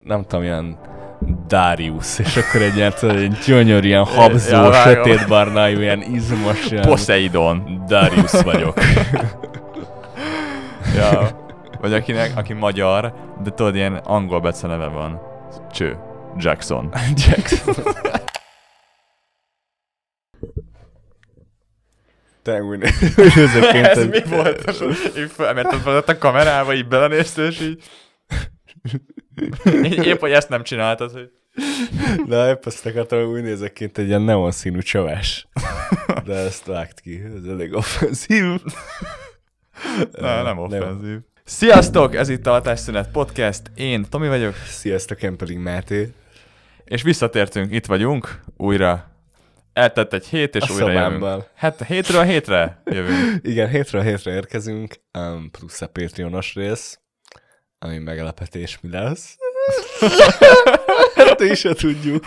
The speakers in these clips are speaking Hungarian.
nem tudom, ilyen Darius, és akkor egy ilyen gyönyörű, ilyen habzó, sötétbarnájú, ilyen izmos, ilyen... Poseidon. Darius vagyok. Ja. Vagy aki magyar, de tudod, ilyen angol beceneve van. Cső. Jackson. Jackson. Te úgy nézőként... Ez mi volt? Így felmerted a kamerába, így belenéztél, és így... Épp, hogy ezt nem csináltad, hogy... De épp azt akartam, hogy úgy nézőként egy ilyen neonszínű csöves. De ezt vágt ki, ez elég offenzív. Nem offenzív. Sziasztok! Ez itt a Hatásszünet Podcast. Én Tomi vagyok. Sziasztok, én pedig Máté. És visszatértünk, itt vagyunk, újra. Eltett egy hét, és a újra jövünk. Hát hétről hétre jövünk. Igen, hétről hétre érkezünk, plusz a Patreonos rész, ami meglepetés mi lesz. Hát is se tudjuk.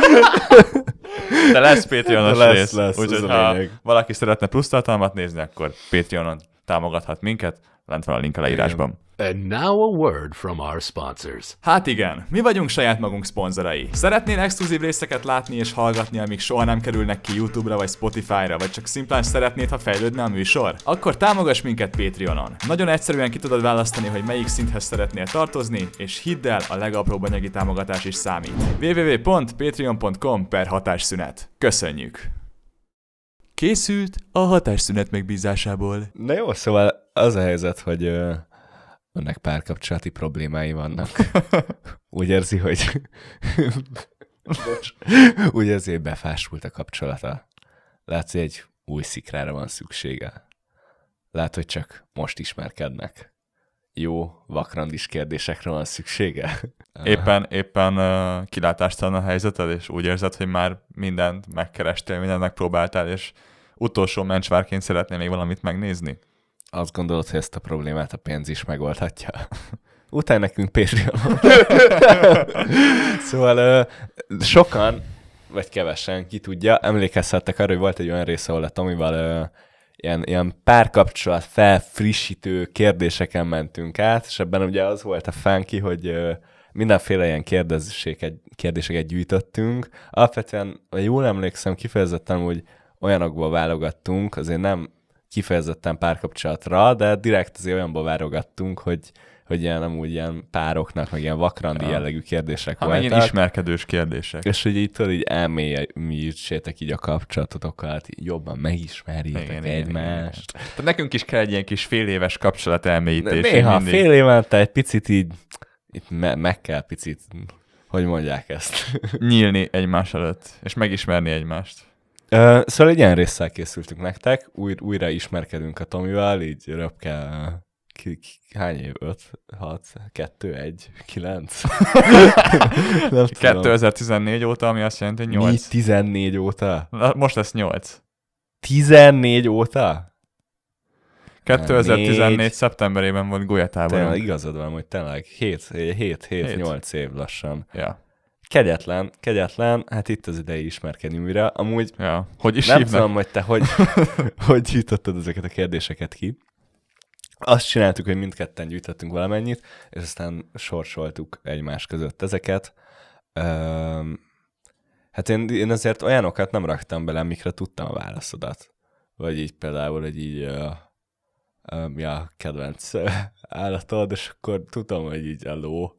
De lesz Patreonos rész. Lesz, úgyhogy ha valaki szeretne plusz tartalmat nézni, akkor Patreonon támogathat minket. Lent van a link a leírásban. And now a word from our sponsors. Hát igen, mi vagyunk saját magunk szponzorai. Szeretnél exkluzív részeket látni és hallgatni, amik soha nem kerülnek ki YouTube-ra vagy Spotify-ra, vagy csak szimplán szeretnéd, ha fejlődne a műsor? Akkor támogass minket Patreonon. Nagyon egyszerűen ki tudod választani, hogy melyik szinthez szeretnél tartozni, és hidd el, a legapróbb anyagi támogatás is számít. www.patreon.com/hatásszünet. Köszönjük! Készült a hatásszünet megbízásából. Na jó, szóval az a helyzet, hogy önnek párkapcsolati problémái vannak. Úgy érzi, hogy úgy érzi, hogy befásult a kapcsolata. Látsz, hogy egy új szikrára van szüksége. Lát, hogy csak most ismerkednek. Jó, vakrandis kérdésekre van szüksége. Éppen kilátástalan a helyzeted, és úgy érzed, hogy már mindent megkerestél, mindent megpróbáltál, és utolsó mencsvárként szeretnél még valamit megnézni? Azt gondolod, hogy ezt a problémát a pénz is megoldhatja? Utána nekünk Patreonon. Szóval sokan, vagy kevesen, ki tudja, emlékezhettek arra, hogy volt egy olyan rész, ahol a Tomival ilyen párkapcsolat felfrissítő kérdéseken mentünk át, és ebben ugye az volt a funky, hogy mindenféle ilyen kérdéseket gyűjtöttünk. Alapvetően, ha jól emlékszem, kifejezetten, hogy olyanokból válogattunk, azért nem kifejezetten párkapcsolatra, de direkt azért olyanból válogattunk, hogy ilyen amúgy ilyen pároknak, meg ilyen vakrandi jellegű kérdések voltak. Ilyen ismerkedős kérdések. És hogy így tudod, így elmélyítsétek így a kapcsolatotokat, így jobban megismerjétek egymást. Tehát nekünk is kell egy ilyen kis féléves kapcsolat elmélyítés. Néha fél évente egy picit így itt meg kell picit, hogy mondják ezt? Nyílni egymás előtt, és megismerni egymást. Szóval egy ilyen résszel készültünk nektek, újra ismerkedünk a Tomival, így röpke, hány év? 5, 6, 2, 1, 9? 2014 óta, ami azt jelenti, hogy 8. Mi 14 óta? Most lesz 8. 14 óta? 2014 szeptemberében volt Golyatában. Tényleg igazad van, hogy tényleg 7-8 év lassan. Ja. Kegyetlen, hát itt az idei ismerkedni újra. Amúgy ja. Hogy is nem hívnak? tudom, hogy te hogy gyűjtötted ezeket a kérdéseket ki. Azt csináltuk, hogy mindketten gyűjtöttünk valamennyit, és aztán sorsoltuk egymás között ezeket. Hát én azért olyanokat nem raktam bele, amikre tudtam a válaszodat. Vagy így például, hogy így kedvenc állatod, és akkor tudom, hogy így a ló.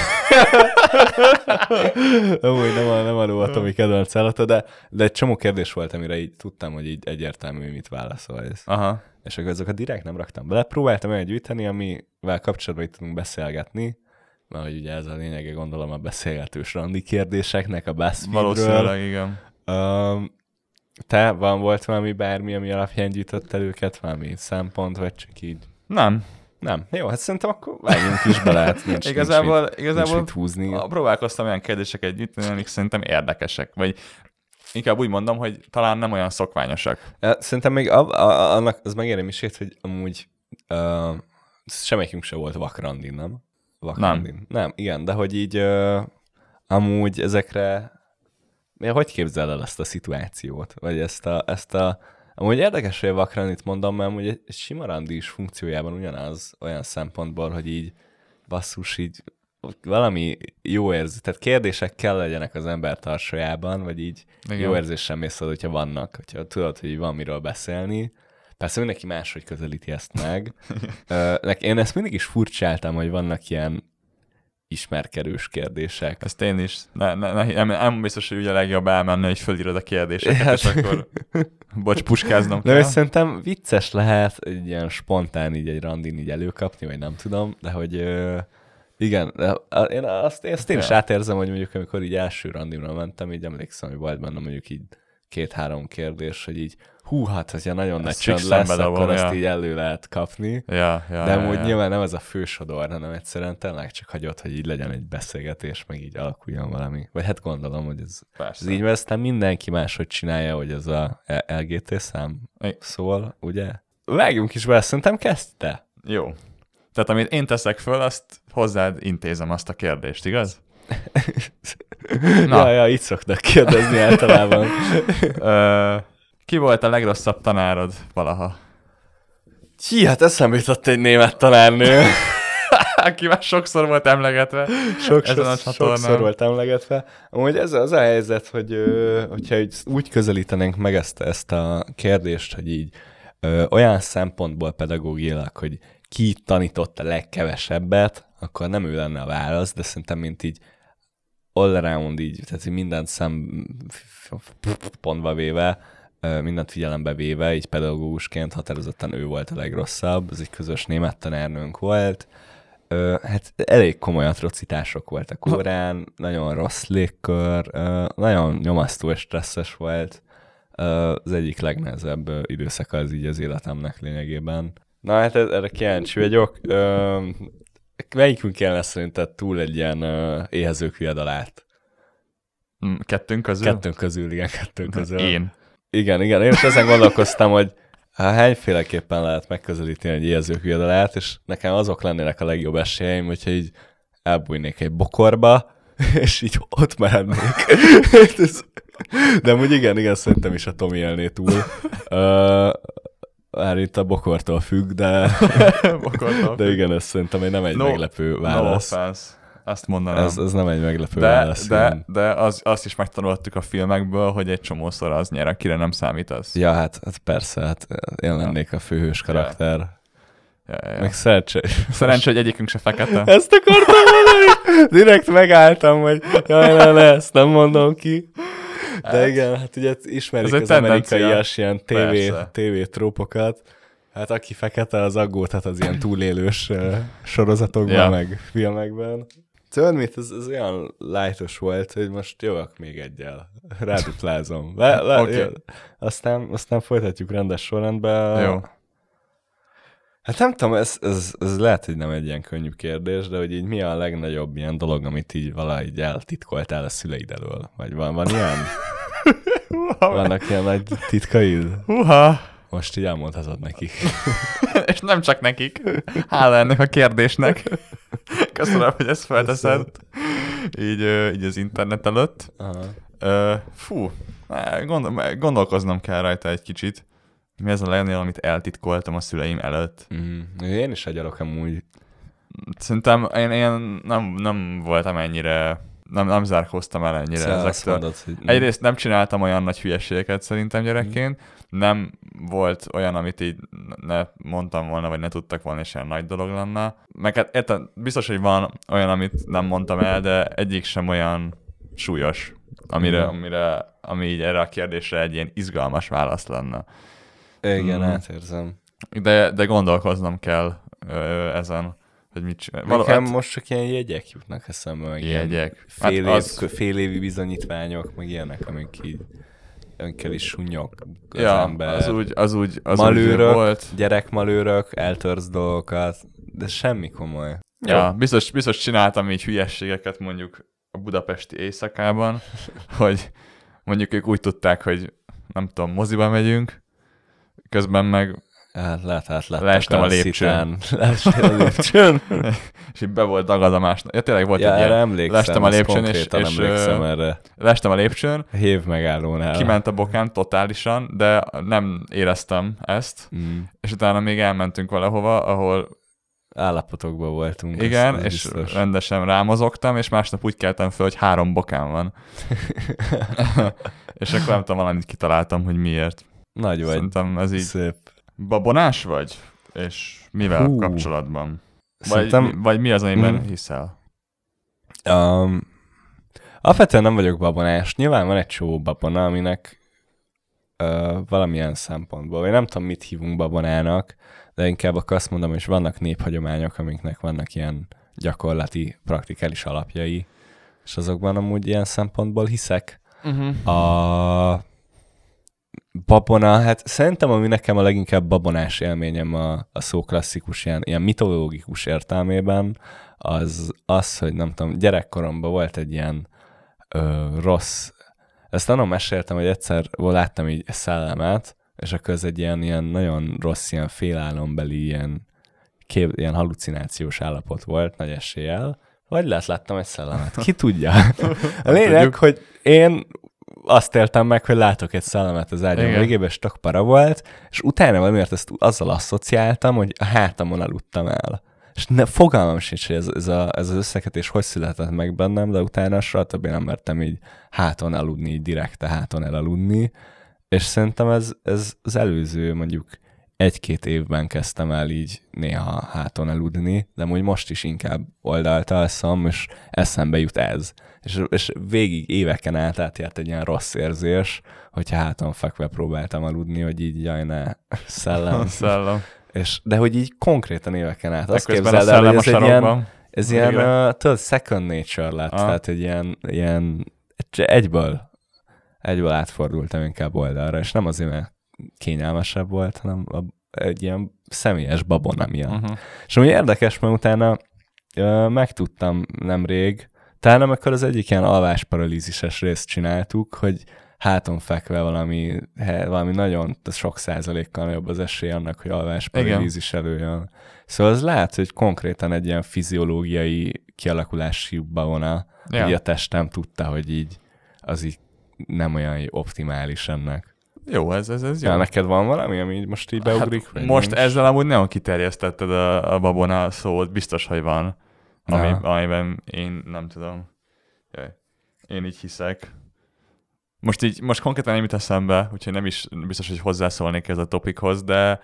Amúgy nem a ló a Tomi kedvenc állata, de egy csomó kérdés volt, amire így tudtam, hogy így egyértelmű, mit válaszolsz. Aha. És akkor azokat direkt nem raktam bele. Próbáltam olyan gyűjteni, amivel kapcsolatban így tudunk beszélgetni, mert hogy ugye ez a lényege, gondolom, a beszélgetős randi kérdéseknek, a BuzzFeedről. Valószínűleg, igen. Te volt valami bármi, ami alapján gyűjtötted őket, valami szempont, vagy csak így? Nem. Jó, hát szerintem akkor vágjunk is bele, hát igazából nincs mit húzni. Próbálkoztam olyan kérdéseket gyűjteni, amik szerintem érdekesek, vagy inkább úgy mondom, hogy talán nem olyan szokványosak. Szerintem még annak az megéri misét, hogy amúgy semmelyikünk se volt vakrandin, nem? Vakrandin. Nem, igen, de hogy így amúgy ezekre hogy képzel el ezt a szituációt? Vagy ezt a amúgy érdekes, hogy a vakrandit mondom, mert amúgy egy sima randi is funkciójában ugyanaz, olyan szempontból, hogy így basszus, így valami jó érzés, tehát kérdések kell legyenek az ember tarsajában, vagy így Igen. jó érzéssel mész oda, hogyha vannak, hogyha tudod, hogy van miről beszélni. Persze mindenki máshogy közelíti ezt meg. Én ezt mindig is furcsáltam, hogy vannak ilyen ismerkedős kérdések. Ezt én is. Nem biztos, hogy ugye a legjobb elmenni, hogy fölírod a kérdéseket, és akkor puskáznom De kell. szerintem vicces lehet egy ilyen spontán így egy randin így előkapni, vagy nem tudom, de hogy igen, én azt én is átérzem, hogy mondjuk amikor így első randimra mentem, így emlékszem, hogy volt benne mondjuk így 2-3 kérdés, hogy így hát hogyha nagyon nagy csönd lesz, akkor azt így elő lehet kapni. De amúgy nyilván nem ez a fősodor, hanem egyszerűen tényleg csak hagyod, hogy így legyen egy beszélgetés, meg így alakuljon valami. Vagy hát gondolom, hogy ez így, mert aztán mindenki máshogy csinálja, hogy ez a LGT szám szól, ugye? Vágjunk is be, szerintem kezdte. Jó. Tehát amit én teszek föl, azt hozzád intézem azt a kérdést, igaz? Ja, így szoktak kérdezni általában. Ki volt a legrosszabb tanárod valaha? Hát eszembe jutott egy német tanárnő. Aki már sokszor volt emlegetve. Sokszor volt emlegetve. Amúgy ez az a helyzet, hogy hogyha úgy közelítenénk meg ezt a kérdést, hogy így olyan szempontból pedagógiailag, hogy ki tanított a legkevesebbet, akkor nem ő lenne a válasz, de szerintem mint így all around így, tehát mindent szempontba véve, mindent figyelembe véve, így pedagógusként határozottan ő volt a legrosszabb, ez egy közös német tanárnőnk volt. Hát elég komoly atrocitások voltak órán, nagyon rossz légkör, nagyon nyomasztó és stresszes volt. Az egyik legnehezebb időszaka az így az életemnek lényegében. Na hát erre kíváncsi vagyok. Melyikünk kellene szerinted túl egy ilyen éhezők viadalát? Kettőnk közül? Kettőnk közül. Én. Igen, én is ezen gondolkoztam, hogy hányféleképpen lehet megközelíteni egy éhezők viadalát, és nekem azok lennének a legjobb esélyeim, hogyha így elbújnék egy bokorba, és így ott maradnék. De amúgy igen, szerintem is a Tomi élné túl. Már itt a bokortól függ, de igen, ez szerintem nem egy meglepő válasz. No offense. Azt mondanám. Ez nem egy meglepő válasz. De azt is megtanultuk a filmekből, hogy egy csomószor az nyer, akire nem számítasz. Ja, hát persze, én lennék a főhős karakter. Ja. Meg szerencsé, hogy egyikünk se fekete. Ezt akartam mondani! Direkt megálltam, hogy jaj, ezt nem mondom ki. De igen, hát ugye ismerik az amerikaias ilyen TV trópokat. Hát aki fekete, az aggódhat az ilyen túlélős sorozatokban, meg filmekben. Tudod mit? Ez olyan lightos volt, hogy most jövök még egyel. Ráduplázom. Okay. Aztán folytatjuk rendes sorrendben. Jó. Hát nem tudom, ez lehet, hogy nem egy ilyen könnyű kérdés, de hogy így mi a legnagyobb ilyen dolog, amit így valahogy eltitkoltál a szüleid elől? Vagy van ilyen? Vannak ilyen nagy titkaid? Most így elmondhatod nekik. És nem csak nekik. Hála ennek a kérdésnek. Köszönöm, hogy ezt felteszed. Így az internet előtt. Gondolkoznom kell rajta egy kicsit. Mi ez a legnagyobb, amit eltitkoltam a szüleim előtt? Én is agyalok amúgy. Szerintem én nem voltam ennyire, nem zárkóztam el ennyire ezektől. Mondod, hogy Egyrészt nem csináltam olyan nagy hülyeségeket szerintem gyerekként, nem volt olyan, amit így ne mondtam volna, vagy ne tudtak volna, és ilyen nagy dolog lenne. Meg hát értem, biztos, hogy van olyan, amit nem mondtam el, de egyik sem olyan súlyos, ami így erre a kérdésre egy ilyen izgalmas válasz lenne. Igen, átérzem. De gondolkoznom kell ezen, hogy mit csinál. Nekem most csak ilyen jegyek jutnak eszembe, meg jegyek. Félévi bizonyítványok, meg ilyenek, amik így önkkel is sunyog az ember. Az malőrök, úgy volt. Gyerekmalőrök, eltörsz dolgokat, de semmi komoly. Ja, biztos csináltam így hülyességeket mondjuk a budapesti éjszakában, hogy mondjuk ők úgy tudták, hogy nem tudom, moziba megyünk, közben meg leestem a lépcsőn. És így be volt dagad a másnap. Ja, tényleg volt egy ilyen. Leestem a lépcsőn, és erre. Leestem a lépcsőn. Hév megállónál. Kiment a bokám totálisan, de nem éreztem ezt. És utána még elmentünk valahova, ahol állapotokban voltunk. Igen, ez és biztos. rendesen rámozogtam, és másnap úgy keltem föl, hogy 3 bokám van. És akkor nem tudom, valamit kitaláltam, hogy miért. Nagy vagy. Szerintem ez így Szép. babonás vagy? És mivel kapcsolatban? Szerintem Vagy mi az, amiben hiszel? Alapvetően nem vagyok babonás. Nyilván van egy csomó babona, aminek valamilyen szempontból, én nem tudom, mit hívunk babonának, de inkább akkor azt mondom, hogy vannak néphagyományok, amiknek vannak ilyen gyakorlati, praktikális alapjai, és azokban amúgy ilyen szempontból hiszek. A babona, hát szerintem ami nekem a leginkább babonás élményem a szó klasszikus, ilyen mitológikus értelmében, az, hogy nem tudom, gyerekkoromban volt egy ilyen rossz, ezt annak meséltem, hogy egyszer láttam így szellemet, és akkor ez egy ilyen nagyon rossz, ilyen félálombeli, ilyen halucinációs állapot volt, nagy eséllyel, vagy láttam egy szellemet. Ki tudja? A lényeg, hogy én azt éltem meg, hogy látok egy szellemet az ágyam végében, és tök para volt, és utána valamiért ezt azzal asszociáltam, hogy a hátamon aludtam el. És fogalmam sincs, hogy ez az összekötés hogy született meg bennem, de utána soha többé nem mertem így háton aludni, így direkte háton elaludni, és szerintem ez az előző mondjuk 1-2 évben kezdtem el így néha háton aludni, de úgy most is inkább oldalt alszom, és eszembe jut ez. És végig éveken át átjárt egy ilyen rossz érzés, hogyha háton fekve próbáltam aludni, hogy így jaj ne, szellem. De hogy így konkrétan éveken át. Azt képzeld el, hogy ez ilyen second nature lett, tehát egy ilyen egyből átfordultam inkább oldalra, és nem azért, mert kényelmesebb volt, hanem egy ilyen személyes babona miatt. És ami érdekes, mert utána megtudtam nemrég, talán amikor az egyik ilyen alvásparalízises részt csináltuk, hogy háton fekve valami nagyon sok százalékkal nagyobb az esély annak, hogy alvásparalízis előjön. Szóval az lehet, hogy konkrétan egy ilyen fiziológiai kialakulási babona, hogy a testem tudta, hogy így az így nem olyan optimális ennek. Jó, ez jó. Ja, neked van valami, ami így most így beugrik? Hát most nincs? Ezzel amúgy nagyon kiterjesztetted a babona szót, biztos, hogy van. Amiben én nem tudom. Jaj. Én így hiszek. Most konkrétan nem jut eszembe, úgyhogy nem is biztos, hogy hozzászólnék ez a topikhoz, de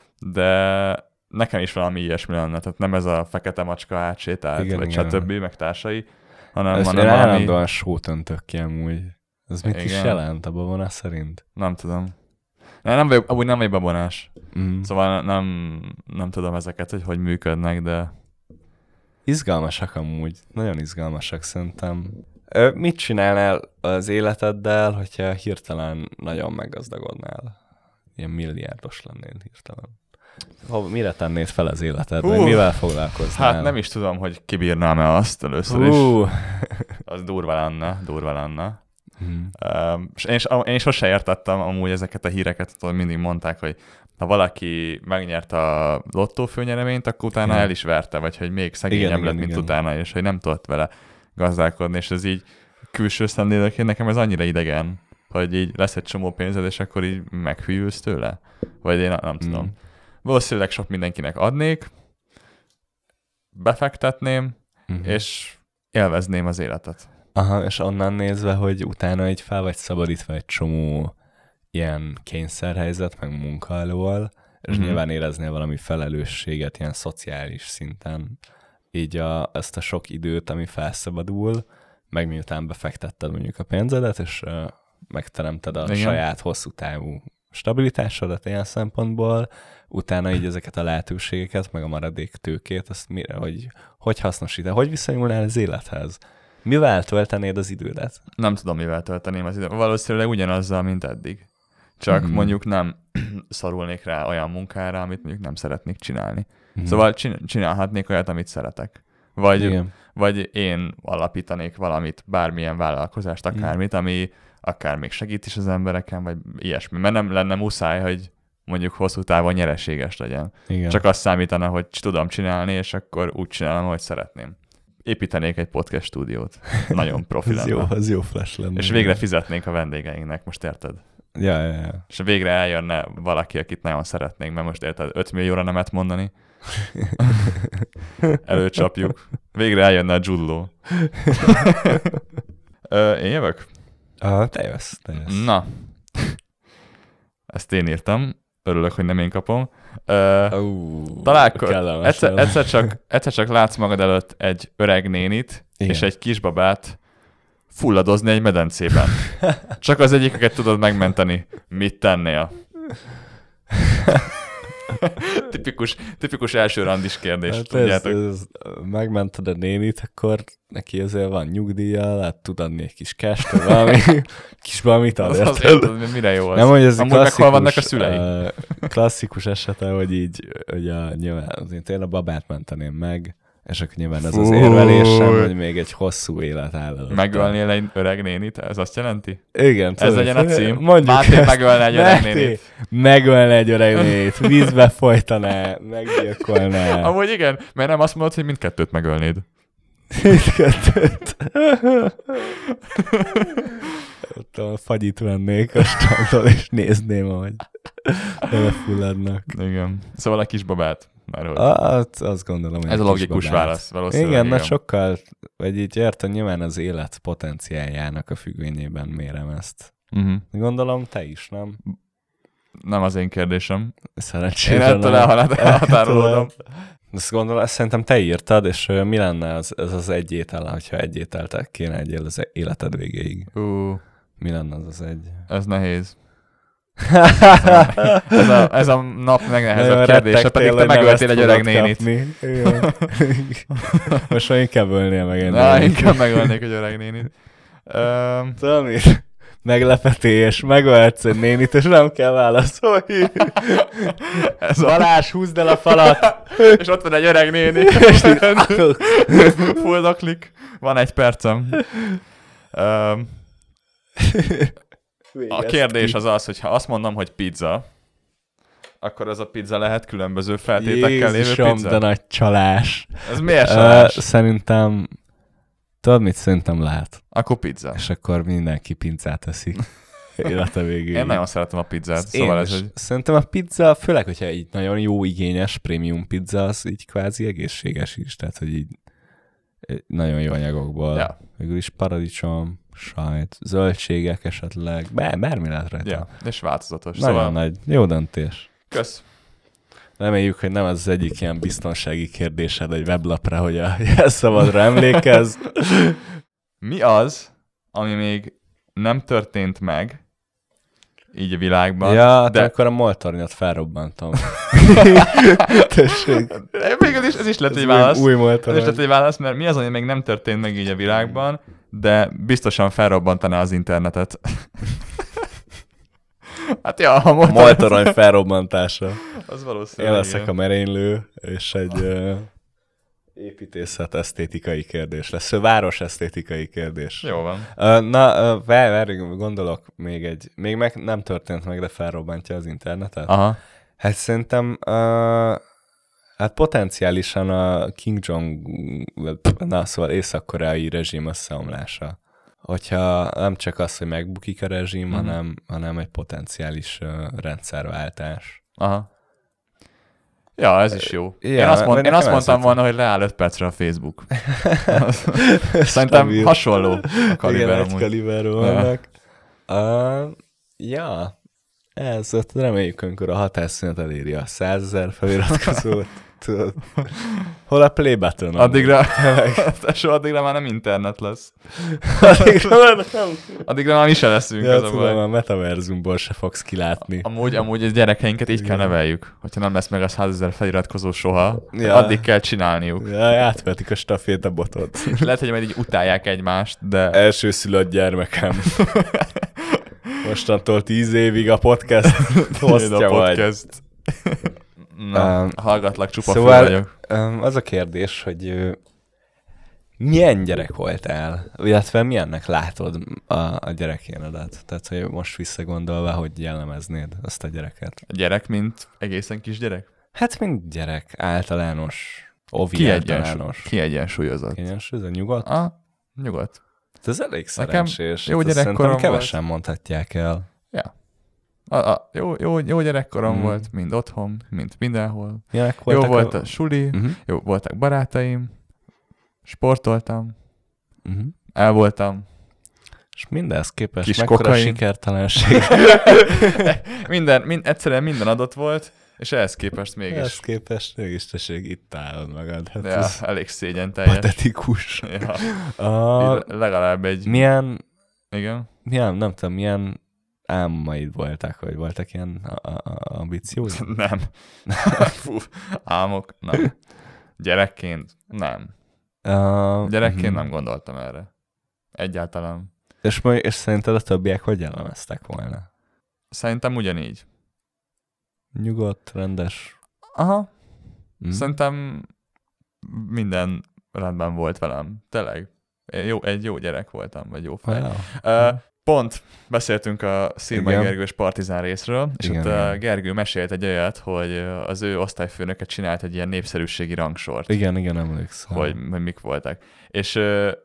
nekem is valami ilyesmi lenne. Tehát nem ez a fekete macska átsétált, vagy stb. Meg társai, hanem ezt valami... állandóan sót öntök ki amúgy. Ez mit is jelent a babona szerint? Nem tudom. Nem vagy babonás. Szóval nem tudom ezeket, hogy működnek, de... Izgalmasak amúgy. Nagyon izgalmasak szerintem. Mit csinálnál az életeddel, hogyha hirtelen nagyon meggazdagodnál? Ilyen milliárdos lennél hirtelen. Mire tennéd fel az életed? Mivel foglalkoznál? Hát nem is tudom, hogy kibírnám-e azt először is. Az durva lenne. És én sose értettem amúgy ezeket a híreket, hogy mindig mondták, hogy ha valaki megnyerte a lottó főnyereményt, akkor utána el is verte, vagy hogy még szegényebb lett, mint utána, és hogy nem tudott vele gazdálkodni, és ez így külső szemlélőként nekem ez annyira idegen, hogy így lesz egy csomó pénzed, és akkor így meghűlsz tőle. Vagy én nem tudom. Valószínűleg sok mindenkinek adnék, befektetném, és élvezném az életet. Aha, és onnan nézve, hogy utána így fel vagy szabadítva egy csomó ilyen kényszerhelyzet, meg munka alól, és nyilván éreznél valami felelősséget ilyen szociális szinten, így ezt a sok időt, ami felszabadul, meg miután befektetted mondjuk a pénzedet, és megteremted a saját hosszú távú stabilitásodat ilyen szempontból, utána így ezeket a lehetőségeket, meg a maradék tőkét, azt hogy hasznosítál, hogy viszonyulnál az élethez? Mivel töltenéd az idődet? Nem tudom, mivel tölteném az időt. Valószínűleg ugyanazzal, mint eddig. Csak mondjuk nem szorulnék rá olyan munkára, amit mondjuk nem szeretnék csinálni. Szóval csinálhatnék olyat, amit szeretek. Vagy én alapítanék valamit, bármilyen vállalkozást, akármit, ami akár még segít is az embereken, vagy ilyesmi. Mert nem lenne muszáj, hogy mondjuk hosszú távon nyereséges legyen. Igen. Csak azt számítana, hogy tudom csinálni, és akkor úgy csinálom, hogy szeretném. Építenék egy podcast stúdiót. Nagyon profi lenne. Ez jó flash lenne. És végre fizetnénk a vendégeinknek, most érted? Ja. És végre eljönne valaki, akit nagyon szeretnénk, mert most érted 5 millióra nemet mondani. Előcsapjuk. Végre eljönne a Jude Law. Én jövök? Te jössz. Na. Ezt én írtam. Örülök, hogy nem én kapom. Egyszer csak látsz magad előtt egy öreg nénit, igen, és egy kisbabát fulladozni egy medencében. Csak az egyikeket tudod megmenteni. Mit tennél? tipikus első randis kérdés. Hát tudjátok. Megmented a nénit, akkor neki azért van nyugdíja, lehet tud adni egy kis cash, valami kis valamit az mire jó az? Nem, hogy ez amúgy meg hol vannak a szülei? Klasszikus esete, hogy így, hogy nyilván azért én a babát menteném meg, és akkor nyilván az érvelésem, hogy még egy hosszú élet áll előtt. Megölnél egy öreg nénit? Ez azt jelenti? Igen. Ez legyen a cím? Máté megölne egy öreg nénit. Megölne egy öreg nénit, vízbe folytaná, meggyilkolná. Amúgy igen, mert nem azt mondod, hogy mindkettőt megölnéd. Mindkettőt. Ott a fagyit vennék a strandon, és nézném, ahogy belefulladnak. Igen. Szóval a kisbabát. Azt gondolom, hogy ez a logikus válasz valószínűleg. Igen, mert sokkal, vagy így érted, nyilván az élet potenciáljának a függvényében mérem ezt. Gondolom, te is, nem? Nem az én kérdésem. Szerencsére. Én ettől elhatárolódom. Azt gondolom, szerintem te írtad, és mi lenne ez az egy étel, hogyha egy ételt kéne egyél az életed végéig? Mi lenne az egy? Ez nehéz. ez a nap megnehezebb kérdése, pedig te megöltél egy öreg nénit. Most már inkább ölnél meg egy nénit. Inkább megölnék egy öreg nénit. Tudom mit? Meglepetés, megöltsz egy nénit, és nem kell válaszolni. Balázs, húzd el a falat! És ott van egy öreg néni. Fuldoklik. Van egy percem. A kérdés az az, hogy ha azt mondom, hogy pizza, akkor az a pizza lehet különböző feltételekkel lévő pizza? De nagy csalás. Ez miért csalás? Szerintem, tudod mit? Szerintem lehet. Akkor pizza. És akkor mindenki pizzát eszik élete végéig. Én nagyon szeretem a pizzát. Szóval ez, hogy... Szerintem a pizza, főleg, hogyha egy nagyon jó, igényes, prémium pizza, az így kvázi egészséges is. Tehát, hogy így nagyon jó anyagokból. Ja. Végül is paradicsom, sajt, zöldségek esetleg, bármi lehet rajta. Ja, és változatos. Nagyon szóval... nagy, jó döntés. Kösz. Reméljük, hogy nem az egyik ilyen biztonsági kérdésed egy weblapra, hogy a jelszavadra emlékezz. Mi az, ami még nem történt meg így a világban? Ja, de akkor a moltornyot felrobbantom. Tessék. Végül is ez is lett egy válasz. Új moltorny. Ez is lett egy válasz, mert mi az, ami még nem történt meg így a világban, de biztosan felrobbantaná az internetet. Hát ja, a moltorony felrobbantása. Az valószínűleg. Én leszek a merénylő, és egy építészet esztétikai kérdés lesz. Város esztétikai kérdés. Jó van. Várjunk, gondolok még meg nem történt meg, de felrobbantja az internetet. Aha. Hát szerintem hát potenciálisan a Kim Jong, szóval észak-koreai rezsim összeomlása. Hogyha nem csak az, hogy megbukik a rezsim, hanem egy potenciális rendszerváltás. Aha. Ja, ez is jó. Ja, én azt mondtam volna, hogy leáll 5 percre a Facebook. Szerintem hasonló a kaliber. Igen, egy kaliberről vannak. Ja, ez reméljük, amikor a hatásszünet eléri a 100 000 feliratkozót. Hol a play button? Addigra már nem internet lesz. Addigra már mi se leszünk. Ja, tudom, a metaverzumból se fogsz kilátni. Amúgy a gyerekeinket így kell neveljük, hogyha nem lesz meg a 100 000 feliratkozó soha, addig kell csinálniuk. Ja, átvetik a stafétabotot. Lehet, hogy majd így utálják egymást, de... Elsőszülött gyermekem. Mostantól 10 évig a podcast hostja vagy. Na, hallgatlak, csupa szóval, vagyok. Az a kérdés, hogy milyen gyerek voltál, illetve milyennek látod a gyerekénedet? Tehát, hogy most visszagondolva, hogy jellemeznéd azt a gyereket? A gyerek, mint egészen kisgyerek? Hát, mint gyerek, általános, ovi általános. Kiegyensúlyozott. Kiegyensúlyozott, nyugodt? Nyugodt. Ez elég szerencsés. Jó gyerekkorom kevesen mondhatják el. Ja. Jó gyerekkorom volt, mind otthon, mind mindenhol. Milyenek Jó voltak volt a suli, jó voltak barátaim, sportoltam, el voltam. És mindenhez képest Kis mekkora kokain. sikertelenség. Egyszerűen minden adott volt, és ehhez képest mégis. Ehhez képest mégis tessék, itt állod magad. Hát Ja, ez elég szégyen teljes. patetikus. Ja. Legalább egy... Milyen, Igen? milyen álmaid voltak, vagy voltak ilyen ambícióid? Nem. Fú, álmok, nem. Gyerekként nem. Gyerekként nem gondoltam erre. Egyáltalán. És szerinted a többiek hogy jellemeztek volna? Szerintem ugyanígy. Nyugodt, rendes. Aha. Szerintem minden rendben volt velem. Tényleg. Egy jó gyerek voltam, vagy jó fej. Wow. Pont beszéltünk a Szirmai Igen. Gergő és Partizán részről, és Igen, ott igen. Gergő mesélt egy olyat, hogy az ő osztályfőnöke csinált egy ilyen népszerűségi rangsort, Igen, emlékszem. hogy mik voltak. És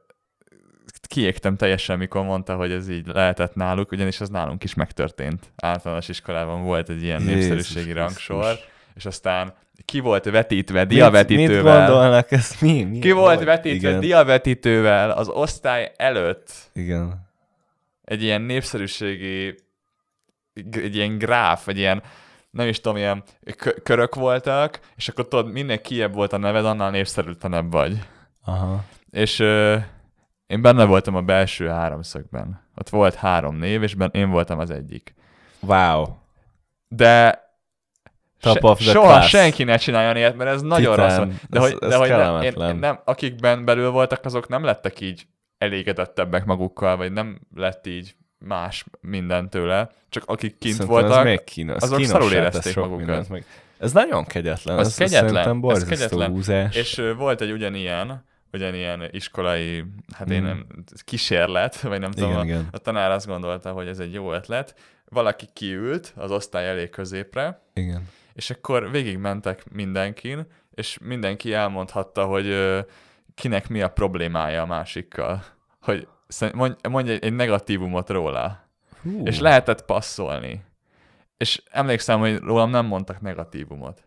kiégtem teljesen, mikor mondta, hogy ez így lehetett náluk, ugyanis ez nálunk is megtörtént. Általános iskolában volt egy ilyen népszerűségi rangsor, és aztán ki volt vetítve diavetítővel. Mit gondolnak, ez mi? Ki volt vetítve diavetítővel az osztály előtt. Igen. Egy ilyen népszerűségi, egy ilyen gráf, egy ilyen, nem is tudom, ilyen körök voltak, és akkor tudod, minél kijebb volt a neved, annál népszerűtlenebb vagy. Aha. És én benne voltam a belső háromszögben. Ott volt 3 név, és én voltam az egyik. Wow. De Top of the soha class. senki ne csináljon ilyet, mert ez nagyon Titán. rossz volt. Ez hogy kellemetlen. nem, akikben belül voltak, azok nem lettek így elégedettebbek magukkal, vagy nem lett így más minden tőle. Csak akik kint Szerintem voltak, ez még kínos. azok Kínossá szarul tesz érezték sok magukat. mindent meg. Ez nagyon kegyetlen. Az Ez kegyetlen. Szerintem Ez borzasztó kegyetlen. húzás. És volt egy ugyanilyen iskolai, én nem, kísérlet, vagy nem tudom, Igen. a tanár azt gondolta, hogy ez egy jó ötlet. Valaki kiült az osztály elé középre, Igen. és akkor végigmentek mindenkin, és mindenki elmondhatta, hogy kinek mi a problémája a másikkal. Hogy mondj egy negatívumot róla. És lehetett passzolni. És emlékszem, hogy rólam nem mondtak negatívumot.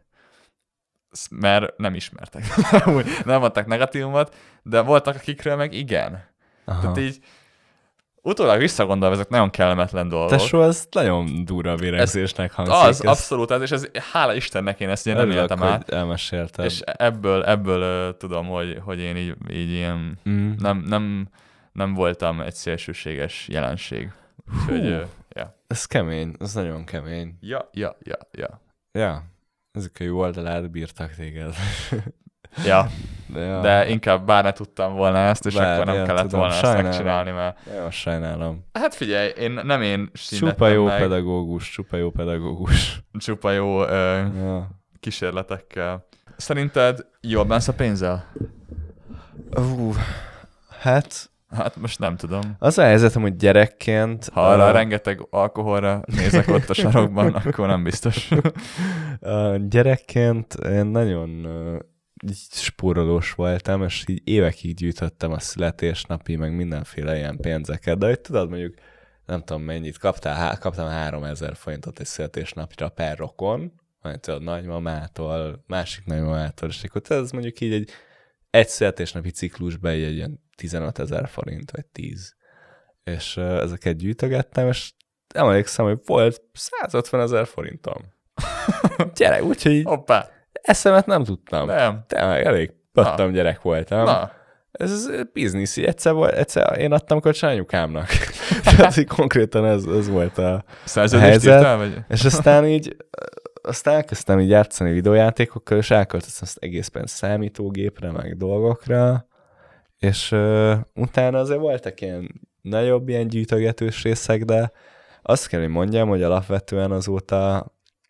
Mert nem ismertek. Nem mondtak negatívumot, de voltak, akikről meg igen. Aha. Tehát így utólag visszagondolva, ezek nagyon kellemetlen dolgok. Tesó, ez nagyon durva véregzésnek hangzik. Az, abszolút, és ez, hála Istennek én ezt ugye nem éltem át. Hogy elmesélted. És ebből tudom, hogy én így ilyen nem voltam egy szélsőséges jelenség. Úgyhogy, ja. Ez kemény, ez nagyon kemény. Ja. Ja, ezek a jó oldalát bírtak téged. Ja, Ja. de inkább bár ne tudtam volna ezt, és akkor nem kellett tudom, volna ezt megcsinálni, mert... Nagyon sajnálom. Hát figyelj, nem én színettem Csupa jó meg, pedagógus. csupa jó Ja. kísérletekkel. Szerinted jól bánsz a pénzzel? Hát Hát most nem tudom. az a helyzetem, hogy gyerekként... Ha arra rengeteg alkoholra nézek ott a sarokban, akkor nem biztos. Gyerekként én nagyon így spórolós voltam, és így évekig gyűjtöttem a születésnapi, meg mindenféle ilyen pénzeket, de hogy tudod, mondjuk nem tudom mennyit, kaptam 3000 forintot egy születésnapra per rokon, majd tudod, nagymamától, másik nagymamától, és akkor ez mondjuk így egy születésnapi ciklusban egy ilyen 15 000 forint, vagy 10. És ezeket gyűjtögettem, és emlékszem, hogy volt 150 000 forintom. Gyerek, úgyhogy Hoppá! eszemet nem tudtam. Nem. Tényleg elég pattam gyerek voltam. Na. Ez biznisz. Egyszer én adtam kölcsön anyukámnak. Tehát így konkrétan ez volt a Szerződést helyzet. írtál, vagy? És aztán elkezdtem így játszani videójátékokkal, és elköltöztem azt egész pénzt számítógépre, meg dolgokra, és utána azért voltak ilyen nagyobb ilyen gyűjtögetős részek, de azt kell, hogy mondjam, hogy alapvetően azóta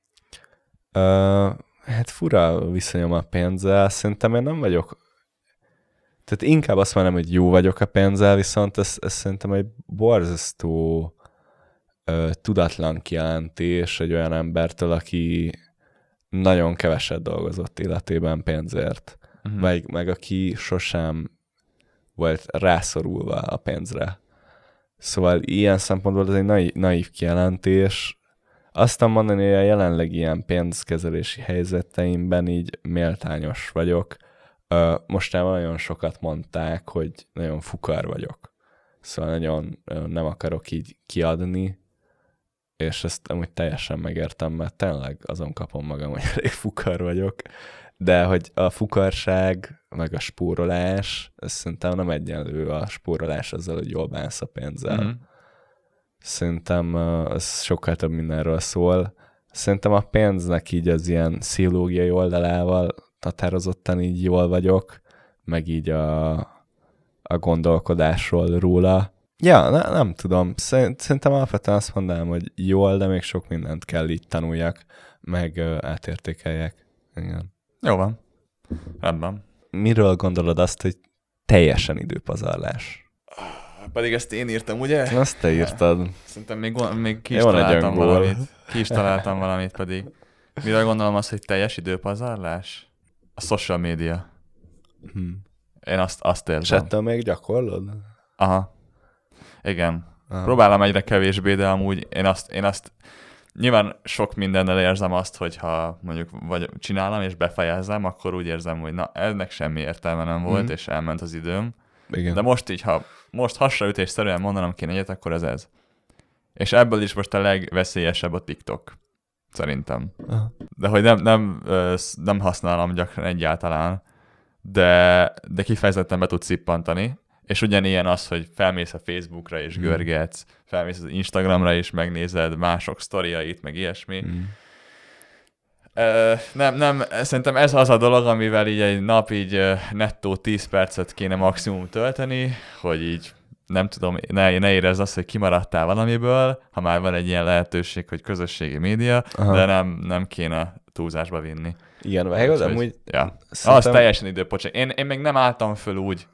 hát fura viszonyom a pénzzel, szerintem én nem vagyok, tehát inkább azt mondom, hogy jó vagyok a pénzzel, viszont ez szerintem egy borzasztó tudatlan kijelentés egy olyan embertől, aki nagyon keveset dolgozott életében pénzért, meg aki sosem volt rászorulva a pénzre. Szóval ilyen szempontból ez egy naív kijelentés. Azt mondani, hogy a jelenleg ilyen pénzkezelési helyzeteimben így méltányos vagyok. Mostában nagyon sokat mondták, hogy nagyon fukar vagyok. Szóval nagyon nem akarok így kiadni, és ezt amúgy teljesen megértem, mert tényleg azon kapom magam, hogy elég fukar vagyok. De hogy a fukarság, meg a spórolás, ez szerintem nem egyenlő a spórolás azzal, hogy jól bánsz a pénzzel. Mm-hmm. Szerintem ez sokkal több mindenről szól. Szerintem a pénznek így az ilyen pszichológiai oldalával határozottan így jól vagyok, meg így a gondolkodásról róla. Ja, nem tudom. Szerintem alapvetően azt mondanám, hogy jól, de még sok mindent kell így tanuljak, meg átértékeljek. Igen. Jó van. Rendben. Miről gondolod azt, hogy teljesen időpazarlás? Pedig ezt én írtam, ugye? Azt te írtad. Szerintem még ki is találtam valamit. Ki is találtam valamit pedig. Miről gondolom azt, hogy teljes időpazarlás? A social media. Én azt érzem. És ettől még gyakorlod? Aha. Igen. Aha. Próbálom egyre kevésbé, de amúgy én azt nyilván sok mindennel érzem azt, hogyha mondjuk vagy csinálom és befejezem, akkor úgy érzem, hogy na, ennek semmi értelme nem volt, és elment az időm. Igen. De most így, ha most hasraütésszerűen mondanom kéne egyet, akkor ez. És ebből is most a legveszélyesebb a TikTok. Szerintem. Aha. De hogy nem használom gyakran egyáltalán, de kifejezetten be tudsz szippantani. És ugyanilyen az, hogy felmész a Facebookra és görgetsz, felmész az Instagramra és megnézed mások sztoriait, meg ilyesmi. Nem, szerintem ez az a dolog, amivel így egy nap így nettó 10 percet kéne maximum tölteni, hogy így nem tudom, ne érezd azt, hogy kimaradtál valamiből, ha már van egy ilyen lehetőség, hogy közösségi média, de nem kéne túlzásba vinni. Igen, vágod, amúgy... Ja. Szerintem... Az teljesen időpocsék. Én még nem álltam föl úgy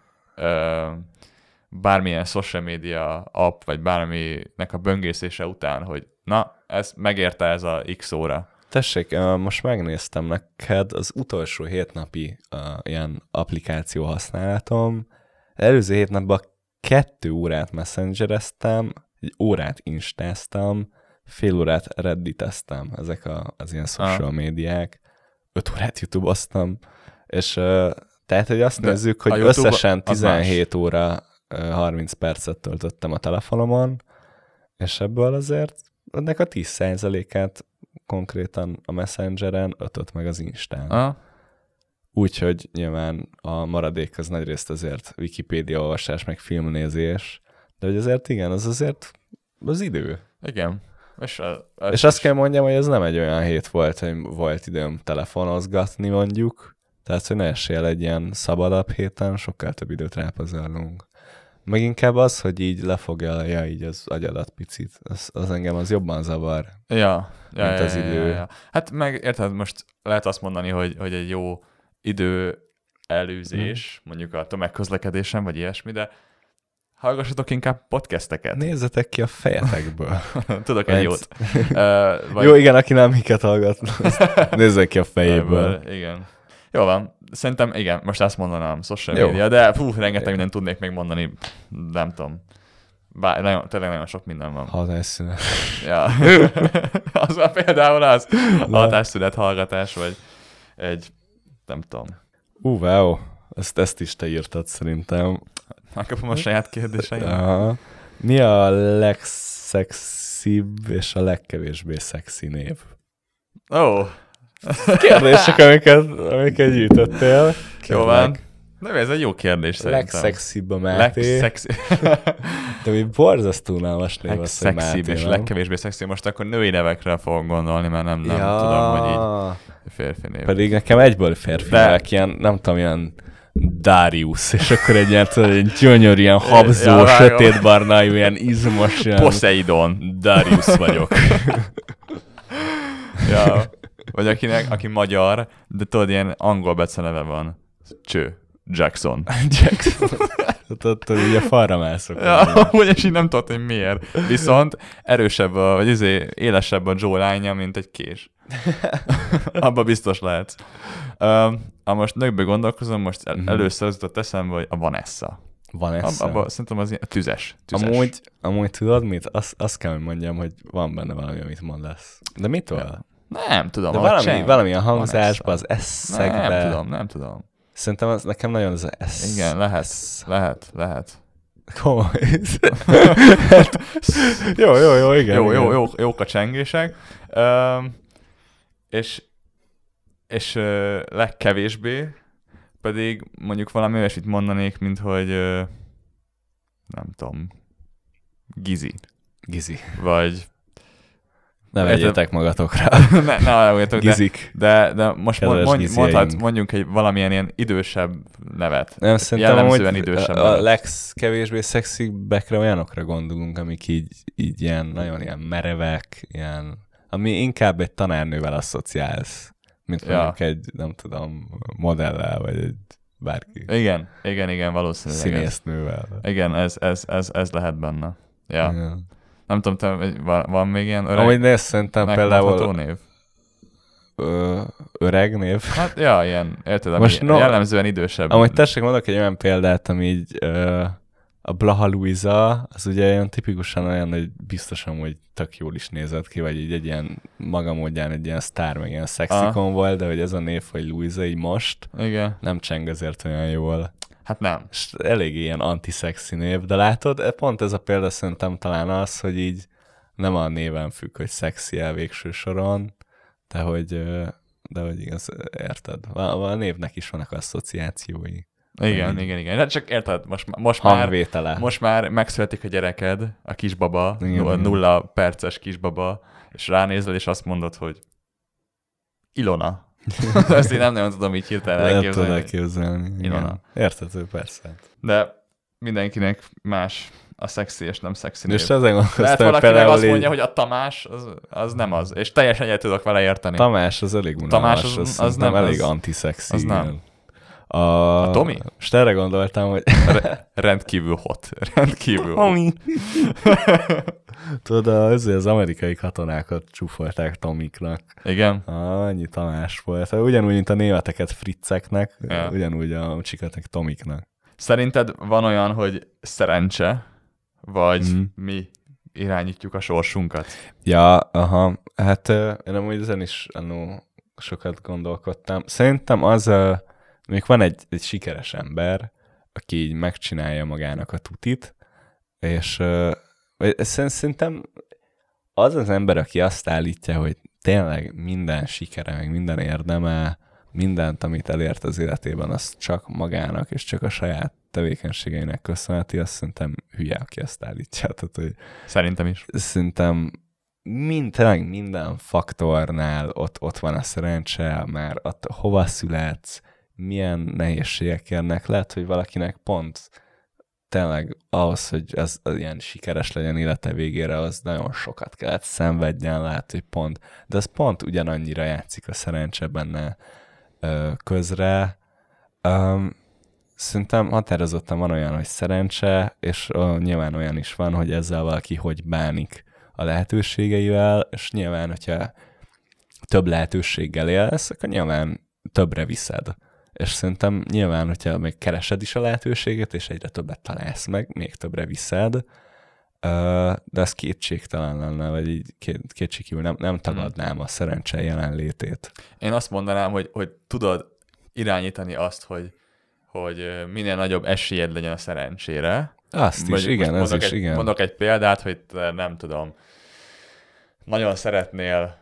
bármilyen social media app, vagy bárminek a böngészése után, hogy na, ez megérte ez a X óra. Tessék, most megnéztem neked az utolsó 7 napi ilyen applikáció használatom. Előző 7 napban 2 órát messengereztem, 1 órát instáztam, fél órát redditeztem, ezek az ilyen social médiák, 5 órát YouTube-oztam, és tehát, hogy azt nézzük, hogy összesen 17 óra 30 percet töltöttem a telefonomon, és ebből azért ennek a 10%-át konkrétan a Messengeren, 5-öt meg az Instán. Úgyhogy nyilván a maradék az nagyrészt azért Wikipédia olvasás, meg filmnézés, de hogy azért igen, az azért az idő. Igen. És azt kell mondjam, hogy ez nem egy olyan hét volt, hogy volt időm telefonozgatni mondjuk, tehát, hogy ne essél egy ilyen szabadabb héten, sokkal több időt rápazarlunk. Meg inkább az, hogy így lefoglalja így az agyadat picit. Az engem az jobban zavar, mint az idő. Ja. Hát meg érted, most lehet azt mondani, hogy egy jó idő előzés, mondjuk a tömegközlekedésen, vagy ilyesmi, de hallgassatok inkább podcasteket. Nézzetek ki a fejetekből. Tudok egy jót. Vagy... Jó, igen, aki nem miket hallgat, nézzek ki a fejéből. Igen. Jó van. Szerintem igen, most ezt mondanám, social media, de rengeteg mindent tudnék még mondani, nem tudom. Tényleg nagyon sok minden van. Hatásszünet. Ja. Az már például az. Hatásszünet hallgatás, vagy egy, nem tudom. Wow. Ezt is te írtad szerintem. Megkapom a saját kérdéseim. Mi a legszexibb és a legkevésbé szexi név? Kérdések, amiket gyűjtöttél. Jó van. Nem, ez egy jó kérdés szerintem. Legszexibb a Máté. De mi borzasztó unalmas név az, hogy Máté, és legkevésbé szexi. Most akkor női nevekre fogok gondolni, mert nem tudom, hogy így férfi név. Pedig nekem egyből férfi nevek, ilyen, nem tudom, ilyen Darius, és akkor egy ilyen gyönyörű, ilyen habzó, sötétbarnájú, ilyen izmos, ilyen... Poseidon. Darius vagyok. Ja. Vagy aki magyar, de tudod, ilyen angol beceneve van. Jackson. Tudod, így a falra mászok. Ja, és így nem tudod, hogy miért. Viszont erősebb, vagy élesebb a Joe lánya, mint egy kés. Abba biztos lehet. Ha most nőkbe gondolkozom, most először az jutott eszembe, hogy a Vanessa. Van esze? Abba szerintem az ilyen tüzes. Amúgy tudod mit? Azt kell, hogy mondjam, hogy van benne valami, amit mondasz. De mitől? Nem tudom. De valami a hangzásban, az eszekben. Nem tudom. Szerintem az nekem nagyon az esz. Igen, lehet. Komoly. Jó, igen. Jók a csengések. És legkevésbé pedig mondjuk valami olyasmit mondanék, mint hogy nem tudom, Gizi. Vagy Ne vegyétek magatokra. ne Gizik. De most Kedves mondjunk valamilyen ilyen idősebb nevet. Nem, szerintem jellemzően idősebb a nevet. legkevésbé szexibbekre olyanokra gondolunk, amik így ilyen, nagyon ilyen merevek, ilyen, ami inkább egy tanárnővel asszociálsz, mint mondjuk egy, nem tudom, modellel, vagy egy bárki. Igen, valószínűleg. Színésznővel. Igen, ez lehet benne. Ja. Igen. Nem tudom, van még ilyen Ahogy nézd, szerintem például név? Öreg név. Hát, ja, ilyen, érted, Most jellemzően idősebb. Amúgy tessék, mondok egy olyan példát, ami így a Blaha Luisa, az ugye olyan tipikusan olyan, hogy biztosan, hogy tök jól is nézett ki, vagy így egy ilyen maga módján egy ilyen sztár, meg ilyen szexikon volt, de hogy ez a név, hogy Luisa így most, igen. Nem cseng azért olyan jól. Hát nem. És elég ilyen antiszexi név, de látod, pont ez a példa szerintem talán az, hogy így nem a néven függ, hogy szexi el végső soron, de hogy igaz, érted? A névnek is vannak asszociációi. Igen. De csak érted, most már megszületik a gyereked, a kisbaba, a 0 perces kisbaba, és ránézel, és azt mondod, hogy Ilona. Ezt én nem nagyon tudom így hirtelen elképzelni. Ilona. Érthető, persze. De mindenkinek más a szexi és nem szexi név. És ezen gondolkoztam, lehet valaki meg azt mondja, hogy a Tamás, az nem az. És teljesen egyet tudok vele érteni. Tamás az elég unalmas. Tamás az nem elég antiszexi. Az nem. A Tomi? Most erre gondoltam, hogy... Rendkívül hot. Tomi. Tudod, az amerikai katonákat csúfolták Tomiknak. Igen? Annyi Tamás volt. Ugyanúgy, mint a németeket Fritzeknek, ugyanúgy a csikatek Tomiknak. Szerinted van olyan, hogy szerencse, vagy mi irányítjuk a sorsunkat? Ja, aha. Hát én amúgy ezen is sokat gondolkodtam. Szerintem az, mondjuk van egy sikeres ember, aki így megcsinálja magának a tutit, és szerintem az az ember, aki azt állítja, hogy tényleg minden sikere, meg minden érdeme, mindent, amit elért az életében, az csak magának, és csak a saját tevékenységeinek köszönheti, azt szerintem hülye, aki azt állítja. Tehát, hogy szerintem is. Szerintem tényleg minden faktornál ott van a szerencse, már hova születsz, milyen nehézségek érnek. Lehet, hogy valakinek pont tényleg ahhoz, hogy az ilyen sikeres legyen élete végére, az nagyon sokat kellett szenvedjen, lehet, hogy pont. De az pont ugyanannyira játszik a szerencse benne közre. Szerintem határozottan van olyan, hogy szerencse, és nyilván olyan is van, hogy ezzel valaki hogy bánik a lehetőségeivel, és nyilván, hogyha több lehetőséggel élsz, akkor nyilván többre viszed. És szerintem nyilván, hogyha még keresed is a lehetőséget, és egyre többet találsz meg, még többre viszed, de ez kétségtelen lenne, vagy így kétségkívül nem tagadnám a szerencse jelenlétét. Én azt mondanám, hogy tudod irányítani azt, hogy minél nagyobb esélyed legyen a szerencsére. Azt is, igen, ez is, igen. Mondok egy példát, hogy nem tudom, nagyon szeretnél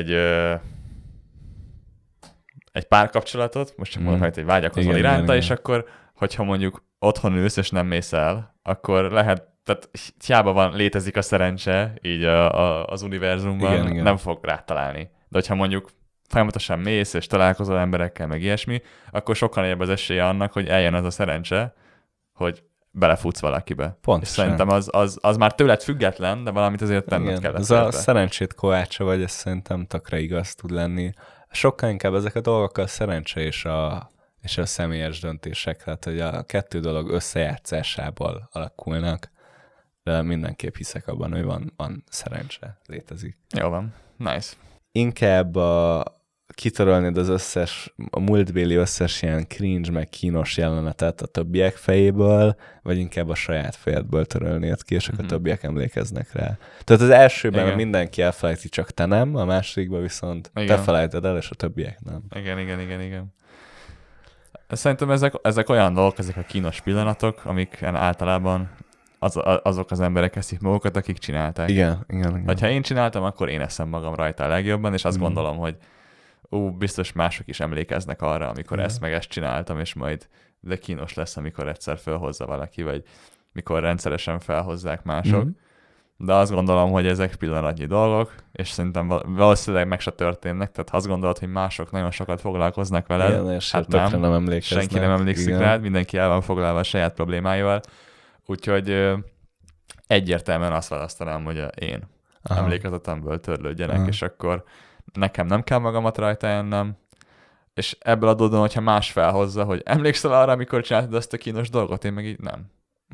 egy párkapcsolatot, most csak mondok, hogy vágyakozol iránta, igen. És akkor, hogyha mondjuk otthon ülsz, és nem mész el, akkor lehet, tehát hiába létezik a szerencse így az univerzumban, igen. Nem fog rátalálni. De hogyha mondjuk folyamatosan mész, és találkozol emberekkel, meg ilyesmi, akkor sokkal nagyobb az esélye annak, hogy eljön az a szerencse, hogy belefutsz valakibe. Pontosan. És szerintem az már tőled független, de valamit azért tenned kellett. Ez a szerencsét kovácsa vagy, ez szerintem tökre igaz tud lenni. Sokkal inkább ezek a dolgok a szerencse és a személyes döntések, tehát hogy a kettő dolog összejátszásából alakulnak, de mindenképp hiszek abban, hogy van szerencse, létezik. Jó van, nice. Inkább kitörölnéd az összes, a múltbéli összes ilyen cringe, meg kínos jelenetet a többiek fejéből, vagy inkább a saját fejedből törölnéd ki, és akkor a többiek emlékeznek rá. Tehát az elsőben Igen. mindenki elfelejti, csak te nem, a másodikban viszont Igen. te felejted el, és a többiek nem. Igen. Szerintem ezek olyan dolgok, ezek a kínos pillanatok, amiken általában azok az emberek eszik magukat, akik csinálták. Igen. Ha én csináltam, akkor én eszem magam rajta a legjobban, és azt gondolom, hogy biztos mások is emlékeznek arra, amikor ezt meg ezt csináltam, és majd de kínos lesz, amikor egyszer felhozza valaki, vagy mikor rendszeresen felhozzák mások. De azt gondolom, hogy ezek pillanatnyi dolgok, és szerintem valószínűleg meg se történnek, tehát ha azt gondolod, hogy mások nagyon sokat foglalkoznak veled, Igen, és hát nem emlékeznek. senki nem emlékszik rád, mindenki el van foglalva a saját problémáival, úgyhogy egyértelműen azt választanám, hogy én emlékezetemből törlődjenek, és akkor nekem nem kell magamat rajta ennem, és ebből adódóan, hogyha más felhozza, hogy emlékszel arra, amikor csináltad azt a kínos dolgot, én meg így nem.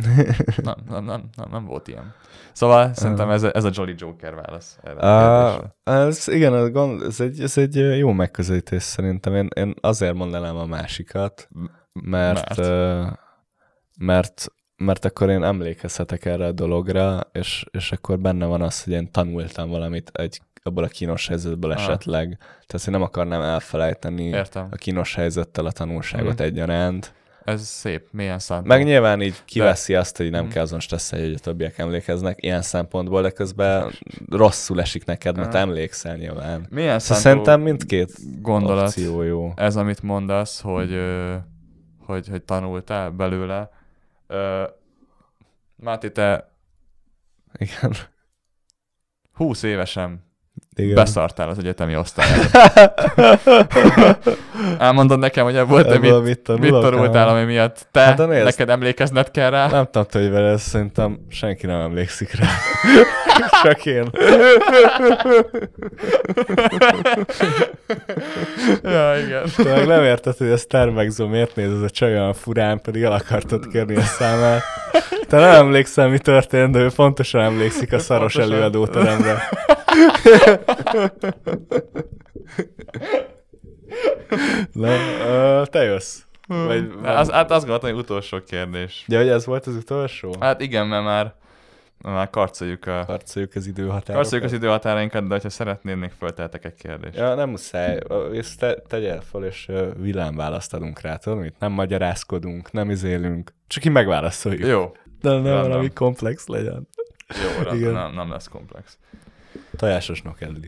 Nem volt ilyen. Szóval szerintem ez a Jolly Joker válasz erre a kérdésre. Ez egy jó megközelítés szerintem. Én azért mondanám a másikat, mert akkor én emlékezhetek erre a dologra, és akkor benne van az, hogy én tanultam valamit abból a kínos helyzetből esetleg. Tehát én nem akarnám elfelejteni a kínos helyzettel a tanulságot egyaránt. Ez szép, milyen szánt. Meg nyilván így kiveszi azt, hogy nem kell azon stresszelni, hogy a többiek emlékeznek ilyen szempontból, de közben rosszul esik neked, mert emlékszel nyilván. Milyen szóval szerintem mindkét gondolat opció jó. Ez, amit mondasz, hogy tanultál belőle. Máté, te Igen. 20 évesen Igen. beszartál az egyetemi osztályra. Elmondod nekem, hogy ebből te mit tanultál, ami miatt neked emlékezned kell rá? Nem tudom, hogy vele szerintem senki nem emlékszik rá. Csak én. Ja, igen. Te meg nem érted, hogy a Star Magazine miért néz ez a csaj olyan furán, pedig el akartad kérni a számát. Te nem emlékszel, mi történt, de ő pontosan emlékszik a szaros előadóteremre. Na, te jössz. Hát azt gondoltam, hogy utolsó kérdés. Ja, hogy ez volt az utolsó? Hát igen, mert már karcoljuk az időhatárokat. Karcoljuk az időhatárainkat, de ha szeretnéd, még fölteltek egy kérdést. Ja, nem muszáj. Tegyél fel, és villámválaszt adunk rá, tudod mit? Nem magyarázkodunk, nem izélünk. Csak így megválaszoljuk. Jó. De nem valami komplex legyen. Jó, rendben, nem lesz komplex. Tojásos nokedli.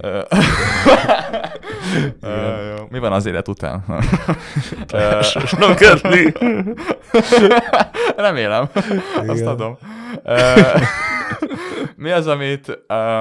Jó. Mi van az élet után? Tojásos nokedli. Remélem. Azt adom. Mi az, amit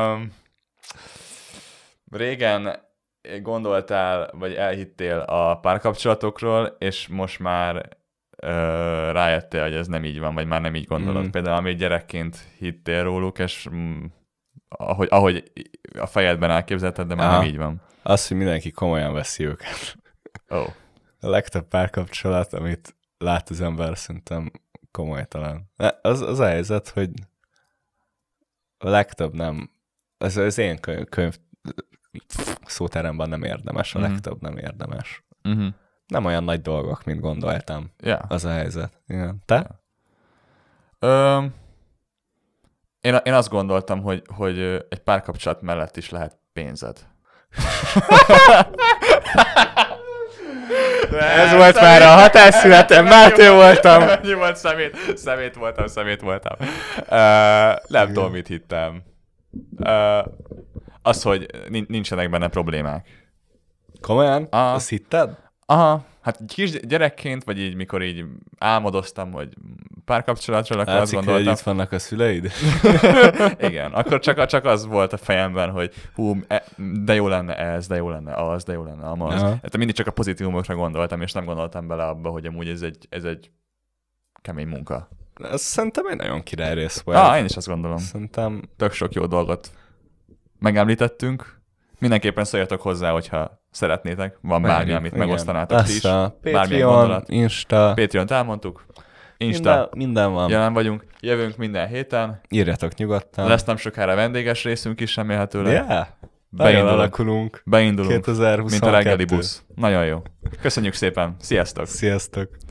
régen gondoltál, vagy elhittél a párkapcsolatokról, és most már rájöttél, hogy ez nem így van, vagy már nem így gondolod. Például, amit gyerekként hittél róluk, és ahogy a fejedben elképzelted, de már nem így van. Az, hogy mindenki komolyan veszi őket. Oh. A legtöbb párkapcsolat, amit lát az ember, szerintem komolytalan. Az a helyzet, hogy a legtöbb nem, az én könyv szóteremben nem érdemes, a legtöbb nem érdemes. Nem olyan nagy dolgok, mint gondoltam. Az a helyzet. Igen. Te? Én azt gondoltam, hogy egy párkapcsolat mellett is lehet pénzed. Ez volt már a hatásszünetem, Máté voltam. Ennyi volt, szemét voltam. Nem tudom, mit hittem. Az, hogy nincsenek benne problémák. Komolyan? Azt hitted? Aha, hát kis gyerekként, vagy így, mikor így álmodoztam, hogy párkapcsolatról, akkor azt gondoltam... hogy itt vannak a szüleid? Igen, akkor csak az volt a fejemben, hogy de jó lenne ez, de jó lenne az, de jó lenne amaz. Hát mindig csak a pozitívumokra gondoltam, és nem gondoltam bele abba, hogy amúgy ez egy kemény munka. Ez szerintem egy nagyon király rész volt. Én is azt gondolom. Szerintem tök sok jó dolgot megemlítettünk. Mindenképpen szóljatok hozzá, hogyha szeretnétek. Van bármi, amit megosztanátok ti is. Patreon, Insta. Patreon-t elmondtuk. Insta. Minden van. Jelen vagyunk. Jövünk minden héten. Írjatok nyugodtan. Lesz nem sokára vendéges részünk is remélhetőleg. Nagyon alakulunk. Beindulunk. 2022. Mint a reggeli busz. Nagyon jó. Köszönjük szépen. Sziasztok! Sziasztok!